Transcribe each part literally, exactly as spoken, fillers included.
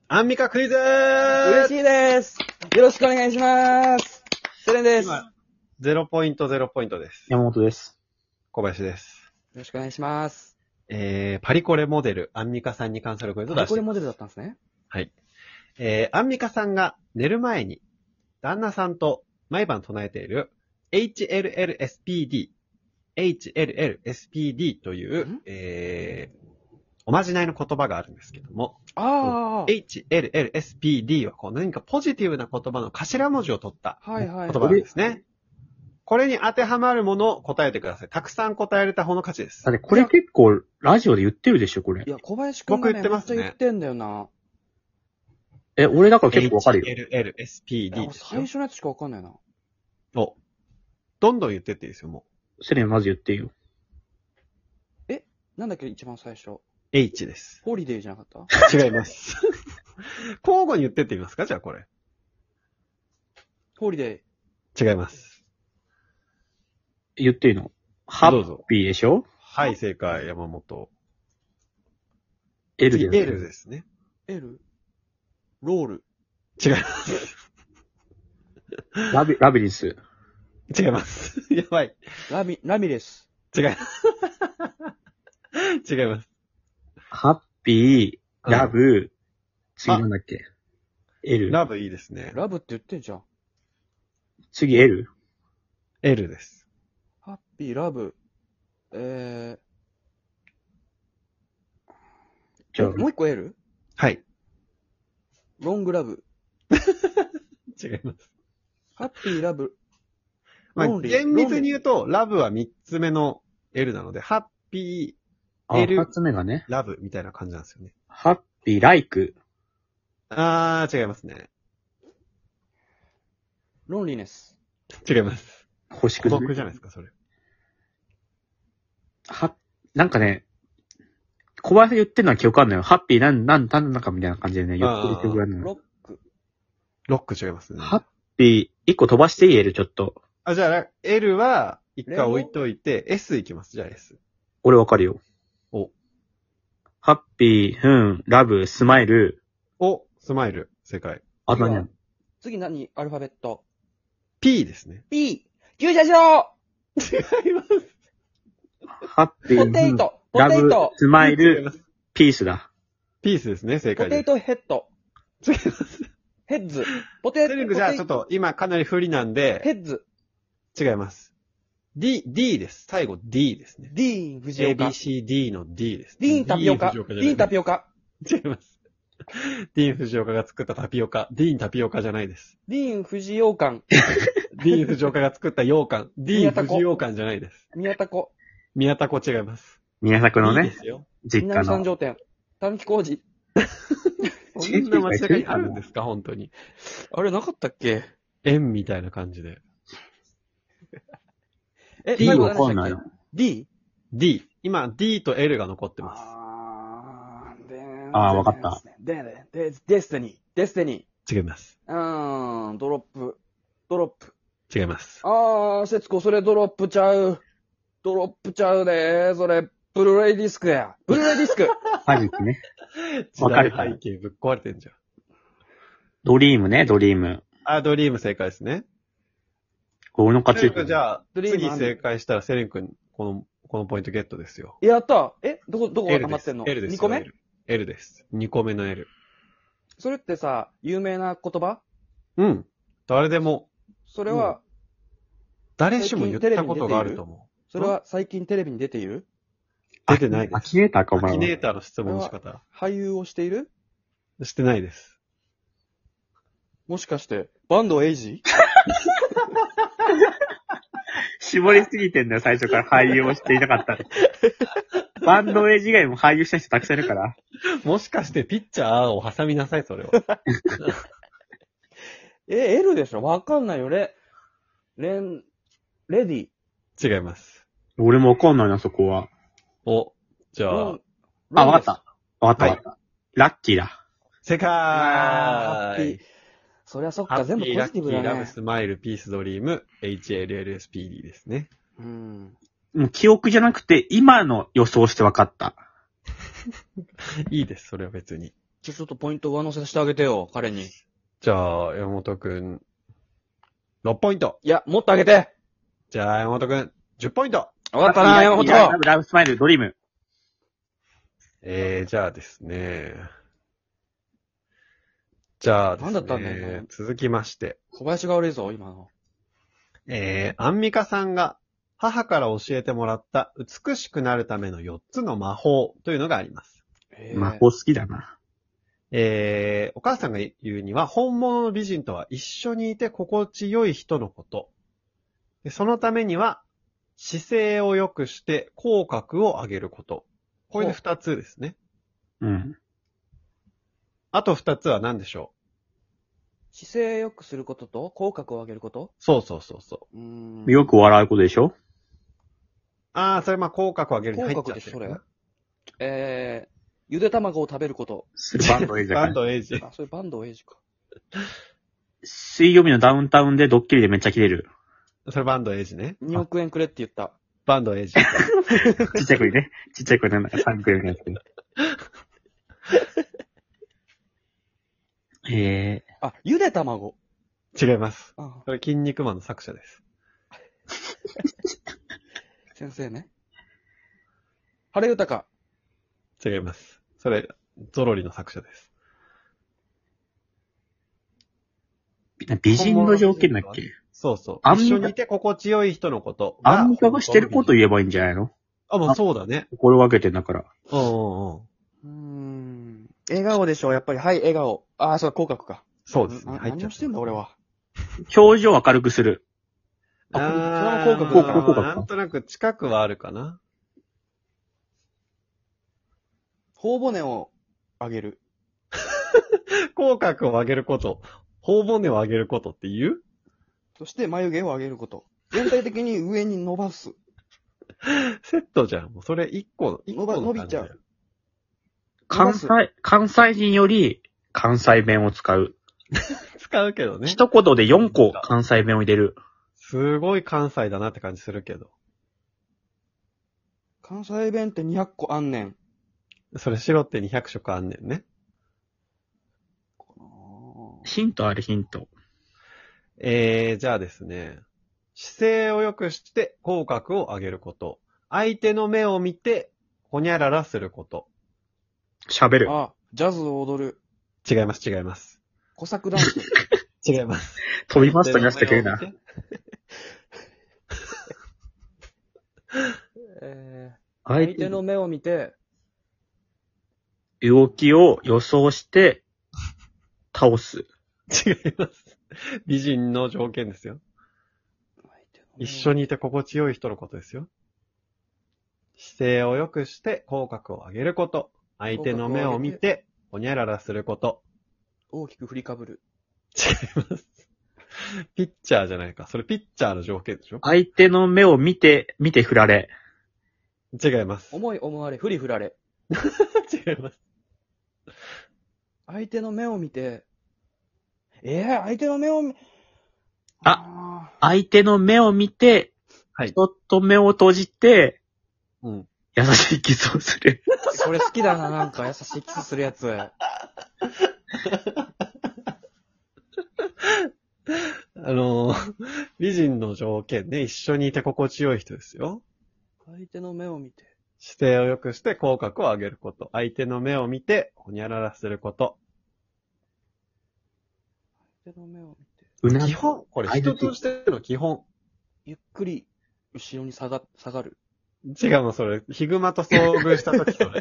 アンミカクイズー嬉しいです。よろしくお願いします。セレンです。 今、ゼロポイントゼロポイントです。 山本です。 小林です。 よろしくお願いします。 えー、パリコレモデル、アンミカさんに関するクイズを出しています。 パリコレモデルだったんですね。 はい。えー、アンミカさんが寝る前に、旦那さんと毎晩唱えている エイチエルエルエスピーディー、エイチエルエルエスピーディー という、えー、おまじないの言葉があるんですけども、 ああ。 エイチエルエルエスピーディー はこう何かポジティブな言葉の頭文字を取ったはいはい。 言葉なんですね。これに当てはまるものを答えてください。たくさん答えられた方の勝ちです。 だってこれ結構ラジオで言ってるでしょ、これい。や、小林くんがね、 僕言ってますねめっちゃ言ってんだよな。 え、俺だから結構わかるよ。 エイチエルエルエスピーディー ですよ。 最初のやつしかわかんないな。 お。どんどん言ってっていいですよ、もう。 セレンまず言っていいよ。 なんだっけ、一番最初。 H です。 ホリデーじゃなかった違います。交互に言ってってみますかじゃあこれ。 ホリデ違います。 言っていいのハどうぞッピーでしょはい、正解、山本。 ?L で。 L ですね。 ー。L? ロール。 違います。 ラビ、ラビリス。 違います。やばい。 ラミ、ラミレス。 違います。違います。 ハッピー、ラブ、 うん次なんだっけ ?L。 ラブいいですね。 ラブって言ってんじゃん。 次 L? L です。 ハッピー、ラブ。えじゃあー。、もう一個 L? はい。 ロングラブ。 違います。 ハッピー、ラブ。 まあ、 ロンリー厳密に言うと、ラブは三つ目の L なので、ハッピあ、 L 二つ目がね。 ー、ラブみたいな感じなんですよね。 ハッピー、ライク。 あー、違いますね。 ロンリネス。 違います。孤星屑。 独じゃないですか、それ。 は、なんかね、小林言ってるのは記憶あるのよ。ハッピーなん、なん、なんだかみたいな感じでね、言ってる記憶があるのよ。 ロック。 ロック違いますね。 ハッピー、一個飛ばしていい ?L ちょっと。 あ、じゃあ、L は一回置いといて、S いきます。じゃあ S。 俺わかるよ。 お。 ハッピー、フン、ラブ、スマイル。 お、スマイル。正解。 あと次は何次何アルファベット。 P ですね。 P! 駐車場違います。 ハッピー、 ポテイトフンラブポテイト、 スマイ違いル、 ます。 ピースだ。 ピースですね。正解です。 ポテイトヘッド。 違います。 ヘッズ。ポテセリングじゃあちょっと今かなり不利なんヘで、 ッズ。 違います。D、D です。最後 D ですね。 ディーン・藤 A, 岡。 B, C, D の D です。 ディーン・タピオカ。ディーン・タピオオカ。 カ。違います。ディーン・藤岡が作ったタピオカ。ディーン・タピオカじゃないです。 ディーン・藤羊羹。 ディーン・藤岡が作った羊羹。ディーン・藤羊羹じゃないです。 宮田子。 宮田子違います。 宮崎のねいいで、すよ。 実家南三の。 条店。たぬき工事。 そんな街中にあるんですか本当に。 あれなかったっけ円みたいな感じで。 え、 D 最後わかんないの何でしたっけ。 D? D。今 D と L が残ってます。 あー、でーん。 あーわかった。 で、で、で、デスティニー。デスティニ違います。 ー。うーん、ドロップ。ドロップ。 違います。 あー、節子、それドロップちゃう。ドロップちゃうでー。それ、ブルーレイディスクや。ブルーレイディスク。 マジックね。 時わかる代背景ぶっ壊れてんじゃん。 ドリームね、ドリーム。 あ、ドリーム正解ですね。 俺の勝ちセレン。君じゃあ、 ドリーム次正解したらセレン君、この、このポイントゲットですよ。 やったえ、どこ、どこが L です溜まってんの。 L ですよ。 にこめ L, L です。にこめの L。 それってさ、有名な言葉うん。誰でも、 それは、 誰しも言ったことがあると思それは最近テレビに出ているう。出てないです。 アキネーターか、おアキネ前は。 ーターの質問の仕方。 俳優をしているしてないです。 もしかして、バンドエイジ絞りすぎてんだよ、最初から俳優をしていなかったら。バンドエイジ以外も俳優した人たくさんいるから。 もしかしてピッチャーを挟みなさい、それを。 え、L でしょわかんないよ。レ、レン、レディ。 違います。 俺もわかんないな、そこは。 お、じゃあロン、 あ、わかった。わかったはいわかった。ラッキーだ。 正解あーハッピー。そりゃそっか、 ハッ全部ポピー、ラッキー、 ジティブだね。 ラブ、スマイル、ピース、ドリーム、エイチエルエルエスピーディー ですね。 うん。 もう記憶じゃなくて、今の予想してわかった。 いいです、それは別に。 ちょ、ちょっとポイント上乗せしてあげてよ、彼に。 じゃあ、山本くん、ろくポイント。 いや、もっとあげて。 じゃあ、山本くん、じゅうポイント。 わかったな、山本。 いやラブ、ラブスマイル、ドリーム。 えー、じゃあですね。じゃあですね。 なんだったんだよ続きまして。 小林が悪いぞ、今の。 えー、アンミカさんが母から教えてもらった美しくなるためのよっつの魔法というのがあります。 えー魔法好きだな。 えー、お母さんが言うには、本物の美人とは一緒にいて心地よい人のこと。でそのためには、姿勢を良くして口角を上げること。これで二つですね。 うん。 あと二つは何でしょ姿勢良くすることと、口角を上げることう？そうそうそうそう。 うーん。 よく笑うことでしょ？ あー、それまあ口角を上げるに入っちゃってる。 口角ってそれえー、ゆで卵を食べること。 それバンドエイジだから。 バンドエイジ。 あ、それバンドエイジか。 水曜日のダウンタウンでドッキリでめっちゃ切れる。 それバンドエイジね。 におくえんくれって言った。 バンドエイジ。 ちっちゃい子にね。ちっちゃい子になんだかさんくらいのやつで。えあ、ゆで卵。 違います。 あ、 これ、筋肉マンの作者です。 先生ね。晴れ豊か。 違います。それ、ゾロリの作者です。 ー、美人の条件だっけ？ そうそう。 アンミカ一緒にいて心地よい人のことアンミカがしてること言言えばいいんじゃないの？ あ、もうそうだね。 心がけてんだから。 うんうんうん。 うーん。笑顔でしょ、やっぱり。はい、笑顔。あー、そう、口角か。 そうですね。 な入っちゃ何をしてんだ、俺は。 表情を明るくする。 あ、これ、それあも口角ーか。 口角かなんとなく近くはあるかな。 頬骨を上げる。 口角を上げること、頬骨を上げることって言う？ そして眉毛を上げること。全体的に上に伸ばす。 セットじゃん。もうそれ一個の、一個の伸ば伸びちゃう感じだよ。 関西、関西人より関西弁を使う。 使うけどね。 一言でよんこ関西弁を入れる。 すごい関西だなって感じするけど。 関西弁ってにひゃっこあんねん。 それ白ってにひゃく色あんねんね。 ヒントあるヒント。 えー、じゃあですね。姿勢を良くして口角を上げること。相手の目を見て、ほにゃららすること。 喋る。 あ、ジャズを踊る。 違います、違います。 コサックダンス。 違います。 飛びますとかしてくれな。 えー、 相相手の目を見て、 動きを予想して倒す。 違います。美人の条件ですよ。一緒に。 にいて心地よい人のことですよ。姿勢を良くして口角を上げること。相手の目を見て、ほにゃららすること。 大きく振りかぶる。 違います。ピッチャーじゃないか。それピッチャーの条件でしょ？ 相手の目を見て、見て振られ。 違います。 思い思われ、振り振られ。 違います。 相手の目を見て、えー、相手の目を見、 あ相手の目を見て、 はい。 ちょっと目を閉じて、 うん。 優しいキスをする。 ーこれ好きだな、なんか優しいキスするやつ。 あのー、美人の条件ね、一緒にいて心地よい人ですよ。 相手の目を見て。 姿勢を良くして口角を上げること。相手の目を見て、ほにゃららすること。 相手の目を見て。 うな基本、これ人としての基本。 ゆっくり、後ろに下が、下がる。 違うの、それ。ヒグマと遭遇した時それ。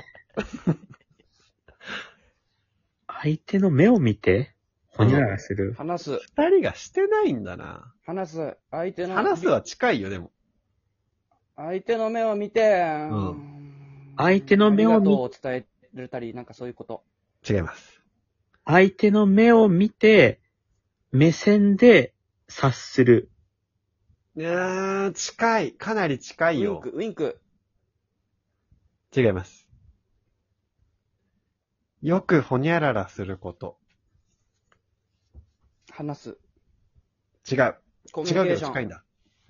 相手の目を見て、ほにゃららする。 話す。 二人がしてないんだな。 話す。相手の、 話すは近いよ、でも。 相手の目を見て、 ん相手の目を見ありがとうを伝えたり、なんかそういうこと。 違います。 相手の目を見て、目線で察する。 いやー、近い。かなり近いよ。 ウィンク、ウィンク。 違います。よくほにゃららすること。 話す。 違う。 コミ違うけュニケーション。 ど近いんだ。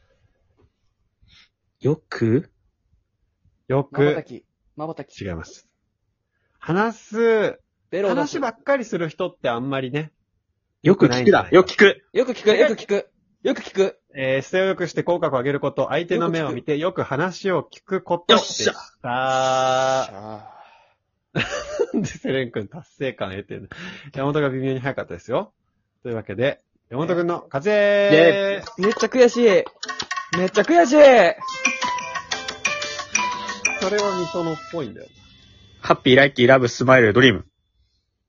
よく、 よく、 まばたき。まばたき。 違います。話す、 ベロを出す話ばっかりする人ってあんまりね、 よく聞くだ。よく聞く。 よく聞く、よく聞く。よく聞く。 えー、姿勢を良くして口角を上げること、相手の目を見てよく話を聞くことでよっしゃした。 あで、セレン君達成感得てる。山本が微妙に早かったですよ。というわけで、山本君の勝ちでーす。 ーめっちゃ悔しい。めっちゃ悔しい。 それはミソノっぽいんだよ。 ハッピー、ライキー、ラブ、スマイル、ドリーム。